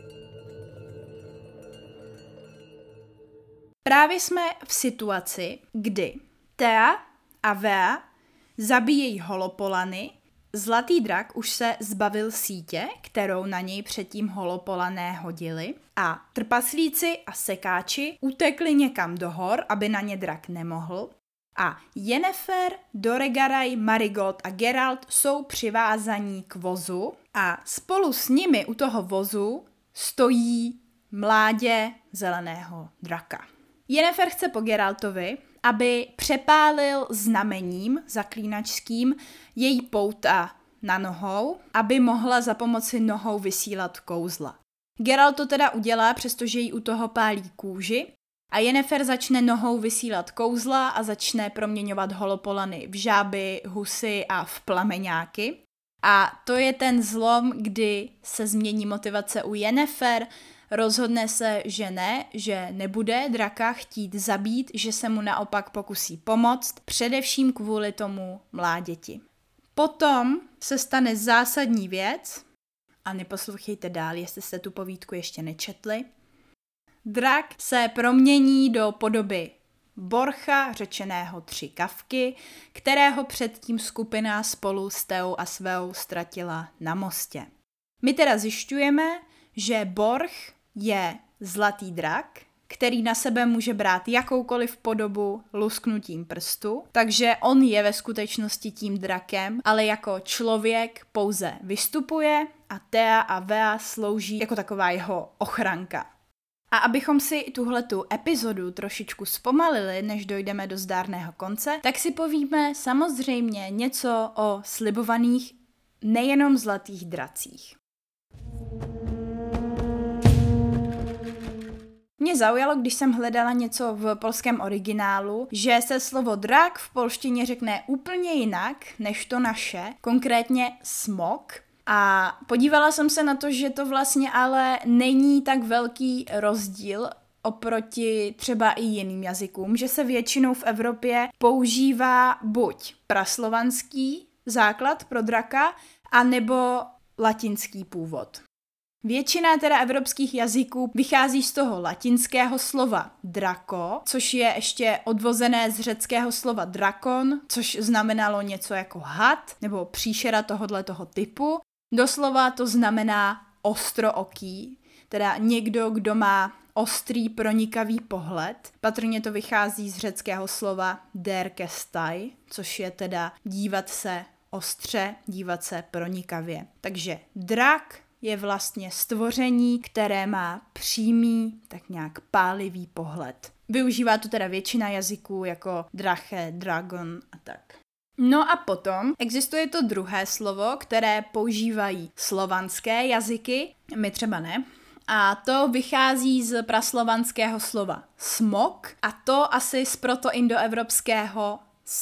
[SPEAKER 1] Právě jsme v situaci, kdy Thea a Vea zabíjejí holopolany, Zlatý drak už se zbavil sítě, kterou na něj předtím holopolané hodili a trpaslíci a sekáči utekli někam do hor, aby na ně drak nemohl a Yennefer, Doregaraj, Marigold a Geralt jsou přivázaní k vozu a spolu s nimi u toho vozu stojí mládě zeleného draka. Yennefer chce po Geraltovi, aby přepálil znamením zaklínačským její pouta na nohou, aby mohla za pomoci nohou vysílat kouzla. Geralt to teda udělá, přestože jí u toho pálí kůži a Yennefer začne nohou vysílat kouzla a začne proměňovat holopolany v žáby, husy a v plameňáky. A to je ten zlom, kdy se změní motivace u Yennefer, rozhodne se, že ne, že nebude draka chtít zabít, že se mu naopak pokusí pomoct, především kvůli tomu mláděti. Potom se stane zásadní věc, a neposlouchejte dál, jestli jste tu povídku ještě nečetli. Drak se promění do podoby Borcha, řečeného tři kavky, kterého předtím skupina spolu s Theou a Sveou ztratila na mostě. My teda zjišťujeme, že Borch je zlatý drak, který na sebe může brát jakoukoliv podobu lusknutím prstu, takže on je ve skutečnosti tím drakem, ale jako člověk pouze vystupuje a Thea a Vea slouží jako taková jeho ochranka. A abychom si tuhletu epizodu trošičku zpomalili, než dojdeme do zdárného konce, tak si povíme samozřejmě něco o slibovaných nejenom zlatých dracích. Mě zaujalo, když jsem hledala něco v polském originálu, že se slovo drak v polštině řekne úplně jinak než to naše, konkrétně smok. A podívala jsem se na to, že to vlastně ale není tak velký rozdíl oproti třeba i jiným jazykům, že se většinou v Evropě používá buď praslovanský základ pro draka, anebo latinský původ. Většina teda evropských jazyků vychází z toho latinského slova drako, což je ještě odvozené z řeckého slova drakon, což znamenalo něco jako had nebo příšera tohoto typu. Doslova to znamená ostrooký, teda někdo, kdo má ostrý pronikavý pohled. Patrně to vychází z řeckého slova derkestai, což je teda dívat se ostře, dívat se pronikavě. Takže drak je vlastně stvoření, které má přímý, tak nějak pálivý pohled. Využívá to teda většina jazyků jako drache, dragon a tak. No a potom existuje to druhé slovo, které používají slovanské jazyky, my třeba ne, a to vychází z praslovanského slova smok a to asi z protoindoevropského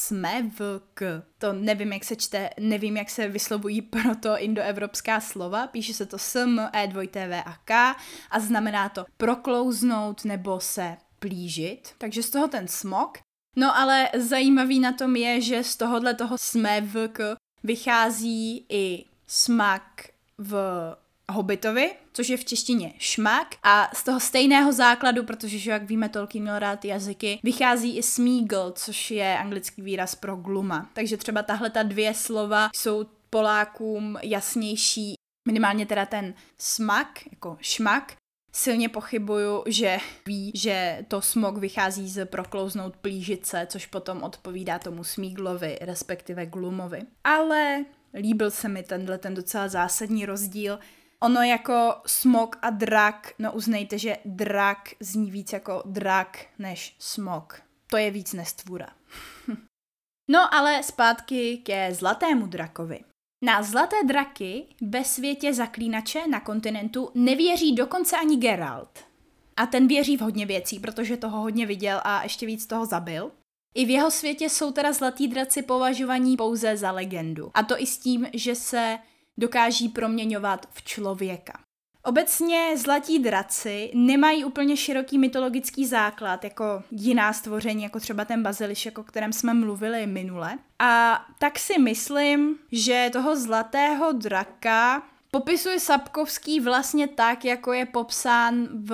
[SPEAKER 1] smevk. To nevím, jak se čte, nevím, jak se vyslovují protoindoevropská slova, píše se to sm, e, dvojité v a k a znamená to proklouznout nebo se plížit, takže z toho ten smok. No ale zajímavý na tom je, že z tohohle toho smevk vychází i smak v Hobbitovi, což je v češtině šmak a z toho stejného základu, protože jak víme, Tolkien měl rád jazyky, vychází i smígl, což je anglický výraz pro gluma. Takže třeba tahle ta dvě slova jsou Polákům jasnější, minimálně teda ten smak, jako šmak. Silně pochybuju, že ví, že to smog vychází z proklouznout plížit se, což potom odpovídá tomu smíglovi, respektive glumovi. Ale líbil se mi tenhle ten docela zásadní rozdíl. Ono jako smog a drak, no uznejte, že drak zní víc jako drak než smog. To je víc nestvůra. No ale zpátky ke zlatému drakovi. Na zlaté draky ve světě zaklínače na kontinentu nevěří dokonce ani Geralt. A ten věří v hodně věcí, protože toho hodně viděl a ještě víc toho zabil. I v jeho světě jsou teda zlatí draci považovaní pouze za legendu. A to i s tím, že se dokáží proměňovat v člověka. Obecně zlatí draci nemají úplně široký mytologický základ, jako jiná stvoření, jako třeba ten bazilišek, o kterém jsme mluvili minule. A tak si myslím, že toho zlatého draka popisuje Sapkowski vlastně tak, jako je popsán v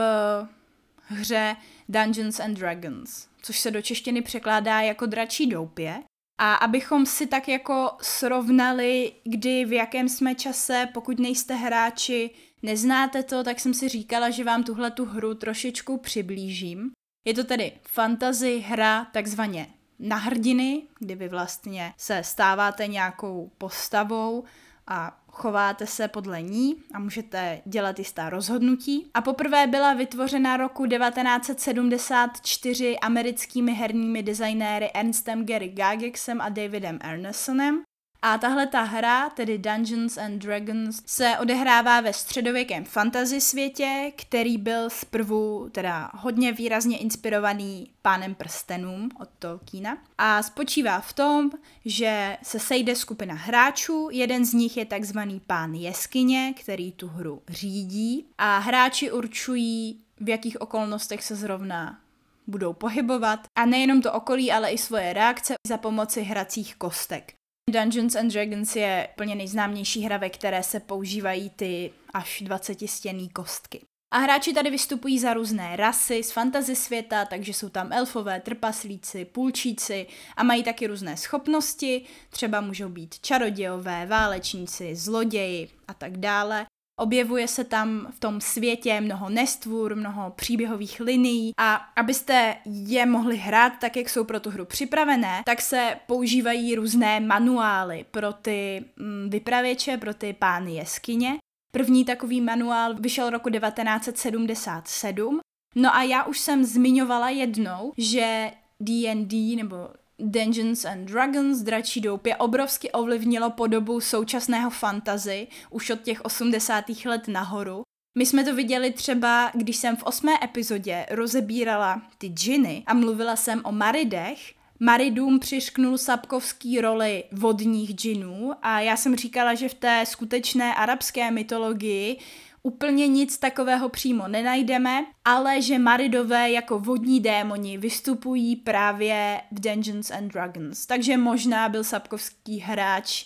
[SPEAKER 1] hře Dungeons and Dragons, což se do češtiny překládá jako dračí doupě. A abychom si tak jako srovnali, kdy v jakém jsme čase, pokud nejste hráči, neznáte to, tak jsem si říkala, že vám tuhle tu hru trošičku přiblížím. Je to tedy fantasy hra takzvaně na hrdiny, kdy vy vlastně se stáváte nějakou postavou a chováte se podle ní a můžete dělat jistá rozhodnutí. A poprvé byla vytvořena roku devatenáct set sedmdesát čtyři americkými herními designéry Ernstem Gary Gygaxem a Davidem Arnesonem. A tahle ta hra, tedy Dungeons and Dragons, se odehrává ve středověkém fantasy světě, který byl zprvu teda hodně výrazně inspirovaný Pánem prstenům od Tolkiena. A spočívá v tom, že se sejde skupina hráčů, jeden z nich je takzvaný pán jeskyně, který tu hru řídí a hráči určují, v jakých okolnostech se zrovna budou pohybovat a nejenom to okolí, ale i svoje reakce za pomoci hracích kostek. Dungeons and Dragons je plně nejznámější hra, ve které se používají ty až dvacetistěnné kostky. A hráči tady vystupují za různé rasy z fantasy světa, takže jsou tam elfové, trpaslíci, půlčíci a mají taky různé schopnosti, třeba můžou být čarodějové, válečníci, zloději a tak dále. Objevuje se tam v tom světě mnoho nestvůr, mnoho příběhových linií a abyste je mohli hrát tak, jak jsou pro tu hru připravené, tak se používají různé manuály pro ty mm, vypravěče, pro ty pány jeskyně. První takový manuál vyšel roku devatenáct set sedmdesát sedm. No a já už jsem zmiňovala jednou, že D and D nebo Dungeons and Dragons, dračí doupě, obrovsky ovlivnilo podobu současného fantasy už od těch osmdesátých let nahoru. My jsme to viděli třeba, když jsem v osmé epizodě rozebírala ty džiny a mluvila jsem o maridech. Maridům přišknul Sapkowski roli vodních džinů a já jsem říkala, že v té skutečné arabské mytologii úplně nic takového přímo nenajdeme, ale že maridové jako vodní démoni vystupují právě v Dungeons and Dragons. Takže možná byl Sapkowski hráč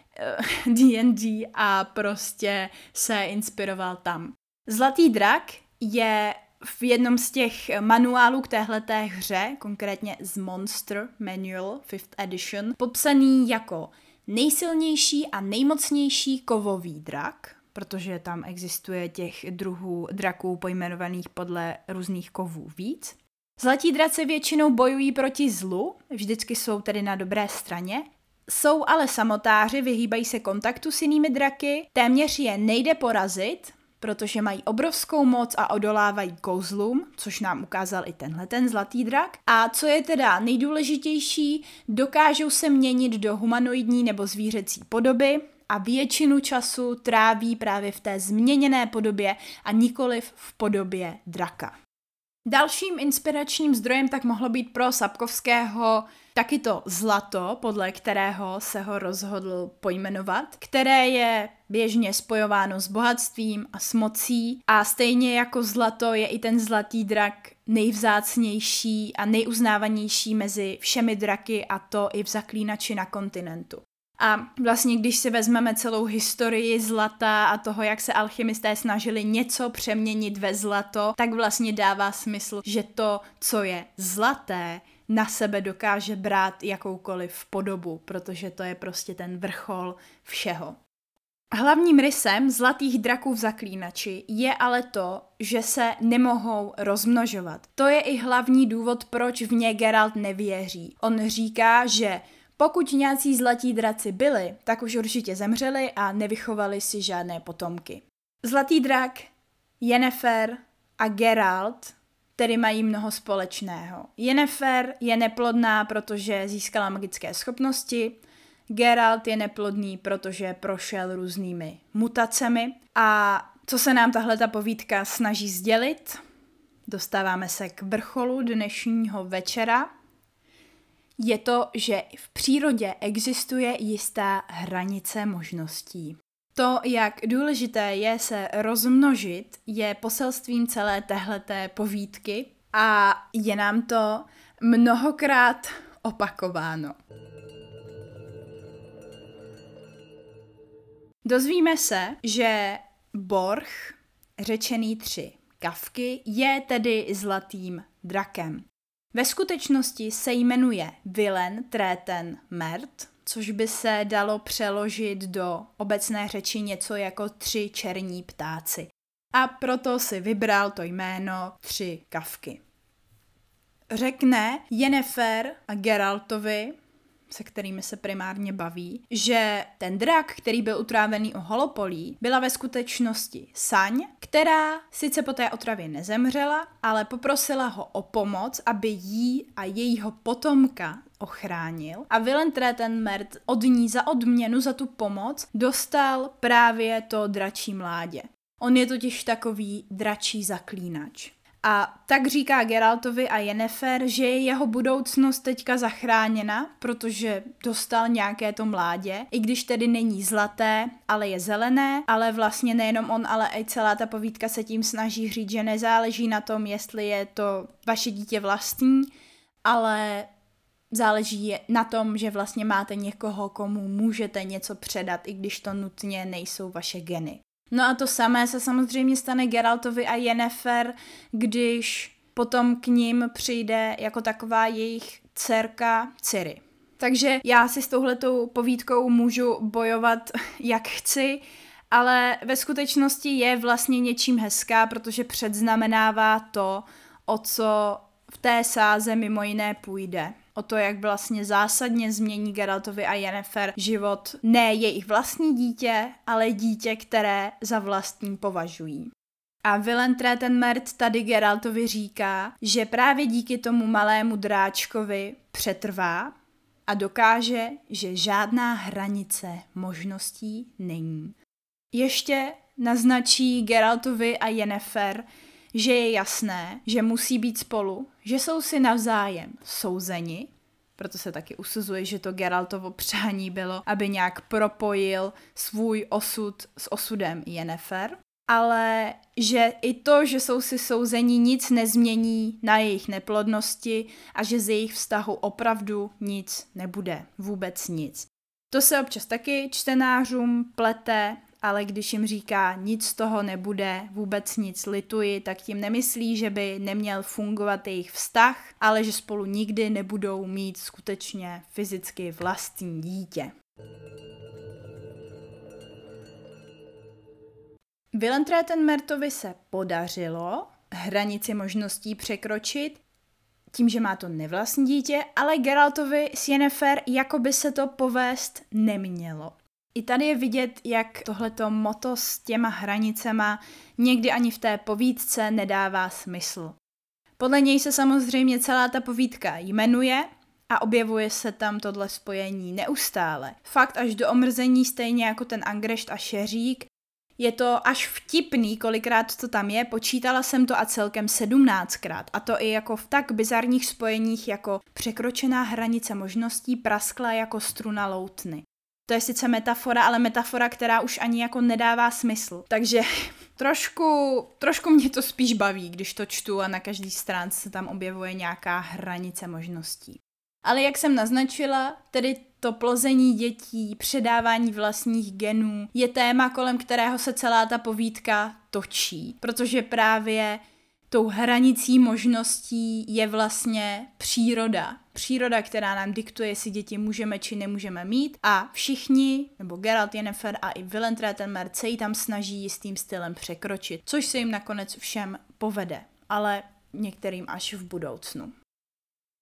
[SPEAKER 1] uh, D and D a prostě se inspiroval tam. Zlatý drak je v jednom z těch manuálů k téhleté hře, konkrétně z Monster Manual fifth edition, popsaný jako nejsilnější a nejmocnější kovový drak, protože tam existuje těch druhů draků pojmenovaných podle různých kovů víc. Zlatí draci většinou bojují proti zlu, vždycky jsou tedy na dobré straně. Jsou ale samotáři, vyhýbají se kontaktu s jinými draky, téměř je nejde porazit, protože mají obrovskou moc a odolávají kouzlům, což nám ukázal i tenhle ten zlatý drak. A co je teda nejdůležitější, dokážou se měnit do humanoidní nebo zvířecí podoby, a většinu času tráví právě v té změněné podobě a nikoliv v podobě draka. Dalším inspiračním zdrojem tak mohlo být pro Sapkowského taky to zlato, podle kterého se ho rozhodl pojmenovat, které je běžně spojováno s bohatstvím a s mocí a stejně jako zlato je i ten zlatý drak nejvzácnější a nejuznávanější mezi všemi draky a to i v Zaklínači na kontinentu. A vlastně, když si vezmeme celou historii zlata a toho, jak se alchymisté snažili něco přeměnit ve zlato, tak vlastně dává smysl, že to, co je zlaté, na sebe dokáže brát jakoukoliv podobu, protože to je prostě ten vrchol všeho. Hlavním rysem zlatých draků v Zaklínači je ale to, že se nemohou rozmnožovat. To je i hlavní důvod, proč v ně Geralt nevěří. On říká, že Pokud nějací zlatí draci byli, tak už určitě zemřeli a nevychovali si žádné potomky. Zlatý drak, Yennefer a Geralt tedy mají mnoho společného. Yennefer je neplodná, protože získala magické schopnosti, Geralt je neplodný, protože prošel různými mutacemi. A co se nám tahleta povídka snaží sdělit? Dostáváme se k vrcholu dnešního večera. Je to, že v přírodě existuje jistá hranice možností. To, jak důležité je se rozmnožit, je poselstvím celé téhleté povídky a je nám to mnohokrát opakováno. Dozvíme se, že Borch, řečený tři kavky, je tedy zlatým drakem. Ve skutečnosti se jmenuje Vilen Treten Mert, což by se dalo přeložit do obecné řeči něco jako tři černí ptáci. A proto si vybral to jméno tři kavky. Řekne Yennefer a Geraltovi, se kterými se primárně baví, že ten drak, který byl utrávený u Holopolí, byla ve skutečnosti Saň, která sice po té otravě nezemřela, ale poprosila ho o pomoc, aby jí a jejího potomka ochránil. A Vilen Treten Mert od ní za odměnu za tu pomoc dostal právě to dračí mládě. On je totiž takový dračí zaklínač. A tak říká Geraltovi a Yennefer, že je jeho budoucnost teďka zachráněna, protože dostal nějaké to mládě, i když tedy není zlaté, ale je zelené, ale vlastně nejenom on, ale i celá ta povídka se tím snaží říct, že nezáleží na tom, jestli je to vaše dítě vlastní, ale záleží na tom, že vlastně máte někoho, komu můžete něco předat, i když to nutně nejsou vaše geny. No a to samé se samozřejmě stane Geraltovi a Yennefer, když potom k ním přijde jako taková jejich dcerka Ciri. Takže já si s touhletou povídkou můžu bojovat jak chci, ale ve skutečnosti je vlastně něčím hezká, protože předznamenává to, o co v té sáze mimo jiné půjde. O to, jak vlastně zásadně změní Geraltovi a Yennefer život ne jejich vlastní dítě, ale dítě, které za vlastní považují. A Vilen Treten Mert tady Geraltovi říká, že právě díky tomu malému dráčkovi přetrvá a dokáže, že žádná hranice možností není. Ještě naznačí Geraltovi a Yennefer, že je jasné, že musí být spolu, že jsou si navzájem souzeni, proto se taky usuzuje, že to Geraltovo přání bylo, aby nějak propojil svůj osud s osudem Yennefer, ale že i to, že jsou si souzeni, nic nezmění na jejich neplodnosti a že z jejich vztahu opravdu nic nebude, vůbec nic. To se občas taky čtenářům plete, ale když jim říká nic z toho nebude, vůbec nic lituji, tak tím nemyslí, že by neměl fungovat jejich vztah, ale že spolu nikdy nebudou mít skutečně fyzicky vlastní dítě. Vilen Treten Mertovi se podařilo hranici možností překročit tím, že má to nevlastní dítě, ale Geraltovi s Yennefer jako by se to povést nemělo. I tady je vidět, jak tohleto motto s těma hranicema někdy ani v té povídce nedává smysl. Podle něj se samozřejmě celá ta povídka jmenuje a objevuje se tam tohle spojení neustále. Fakt až do omrzení, stejně jako ten Angrešt a Šeřík. Je to až vtipný, kolikrát to tam je, počítala jsem to a celkem sedmnáctkrát. A to i jako v tak bizarních spojeních jako překročená hranice možností praskla jako struna loutny. To je sice metafora, ale metafora, která už ani jako nedává smysl. Takže trošku, trošku mě to spíš baví, když to čtu a na každý stránce se tam objevuje nějaká hranice možností. Ale jak jsem naznačila, tedy to plození dětí, předávání vlastních genů je téma, kolem kterého se celá ta povídka točí, protože právě tou hranicí možností je vlastně příroda. Příroda, která nám diktuje, jestli děti můžeme či nemůžeme mít a všichni, nebo Geralt, Yennefer a i Vilen Treten Mert se jí tam snaží jistým stylem překročit, což se jim nakonec všem povede, ale některým až v budoucnu.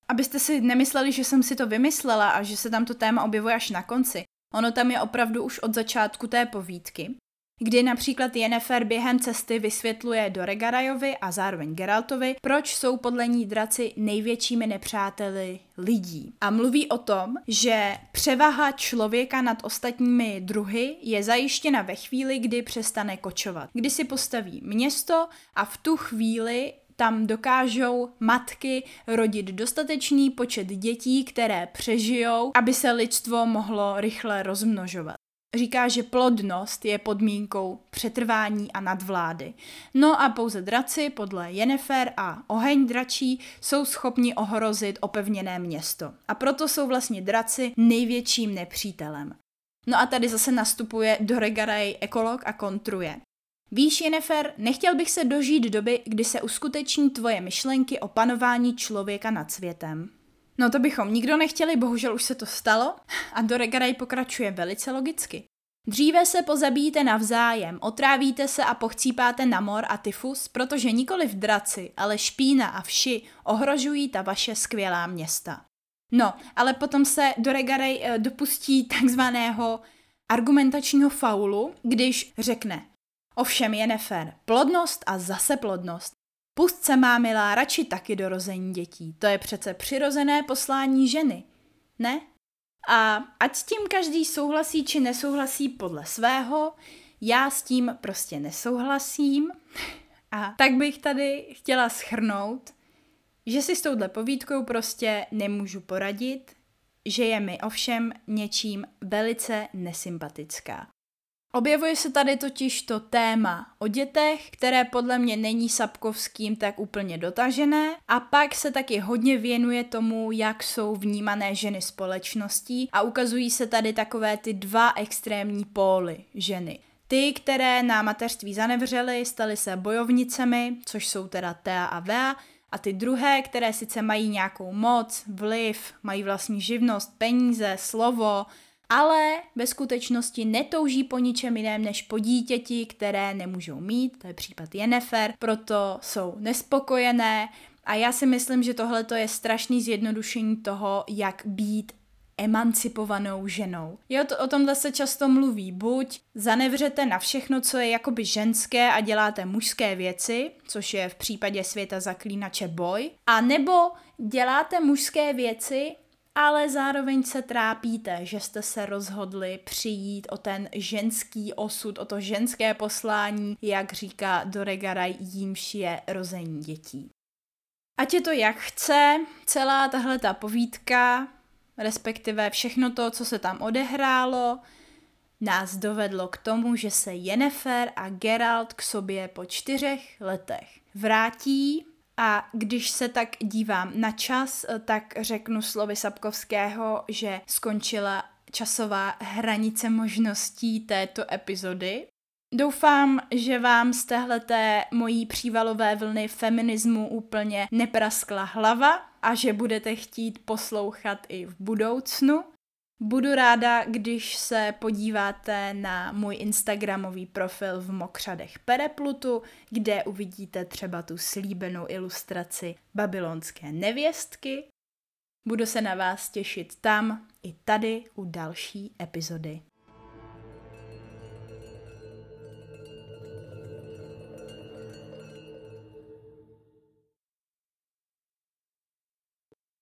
[SPEAKER 1] Abyste si nemysleli, že jsem si to vymyslela a že se tam to téma objevuje až na konci. Ono tam je opravdu už od začátku té povídky, kdy například Yennefer během cesty vysvětluje Doregarajovi a zároveň Geraltovi, proč jsou podle ní draci největšími nepřáteli lidí. A mluví o tom, že převaha člověka nad ostatními druhy je zajištěna ve chvíli, kdy přestane kočovat. Kdy si postaví město a v tu chvíli tam dokážou matky rodit dostatečný počet dětí, které přežijou, aby se lidstvo mohlo rychle rozmnožovat. Říká, že plodnost je podmínkou přetrvání a nadvlády. No a pouze draci podle Yennefer a oheň dračí jsou schopni ohrozit opevněné město. A proto jsou vlastně draci největším nepřítelem. No a tady zase nastupuje Doregaray ekolog a kontruje. Víš, Yennefer, nechtěl bych se dožít doby, kdy se uskuteční tvoje myšlenky o panování člověka nad světem. No to bychom nikdo nechtěli, bohužel už se to stalo. A Doregaray pokračuje velice logicky. Dříve se pozabíjíte navzájem, otrávíte se a pochcípáte na mor a tyfus, protože nikoli v draci, ale špína a vši ohrožují ta vaše skvělá města. No, ale potom se Doregaray eh, dopustí takzvaného argumentačního faulu, když řekne: Ovšem, Yennefer, plodnost a zase plodnost. Pust se, má milá, radši taky do rození dětí. To je přece přirozené poslání ženy, ne? A ať s tím každý souhlasí či nesouhlasí podle svého, já s tím prostě nesouhlasím. A tak bych tady chtěla shrnout, že si s touhle povídkou prostě nemůžu poradit, že je mi ovšem něčím velice nesympatická. Objevuje se tady totiž to téma o dětech, které podle mě není Sapkovským tak úplně dotažené, a pak se taky hodně věnuje tomu, jak jsou vnímané ženy společností a ukazují se tady takové ty dva extrémní póly ženy. Ty, které na mateřství zanevřely, staly se bojovnicemi, což jsou teda Thea a Vea, a ty druhé, které sice mají nějakou moc, vliv, mají vlastní živnost, peníze, slovo, ale ve skutečnosti netouží po ničem jiném než po dítěti, které nemůžou mít, to je případ Yennefer, proto jsou nespokojené a já si myslím, že tohle je strašný zjednodušení toho, jak být emancipovanou ženou. Jo, to, o tomhle se často mluví, buď zanevřete na všechno, co je jakoby ženské a děláte mužské věci, což je v případě Světa zaklínače boj, a nebo děláte mužské věci, ale zároveň se trápíte, že jste se rozhodli přijít o ten ženský osud, o to ženské poslání, jak říká Doregaray, jímž je rození dětí. Ať je to jak chce, celá tahle ta povídka, respektive všechno to, co se tam odehrálo, nás dovedlo k tomu, že se Yennefer a Geralt k sobě po čtyřech letech vrátí. A když se tak dívám na čas, tak řeknu slovy Sapkovského, že skončila časová hranice možností této epizody. Doufám, že vám z téhleté mojí přívalové vlny feminismu úplně nepraskla hlava a že budete chtít poslouchat i v budoucnu. Budu ráda, když se podíváte na můj instagramový profil v Mokřadech Pereplutu, kde uvidíte třeba tu slíbenou ilustraci babylonské nevěstky. Budu se na vás těšit tam i tady u další epizody.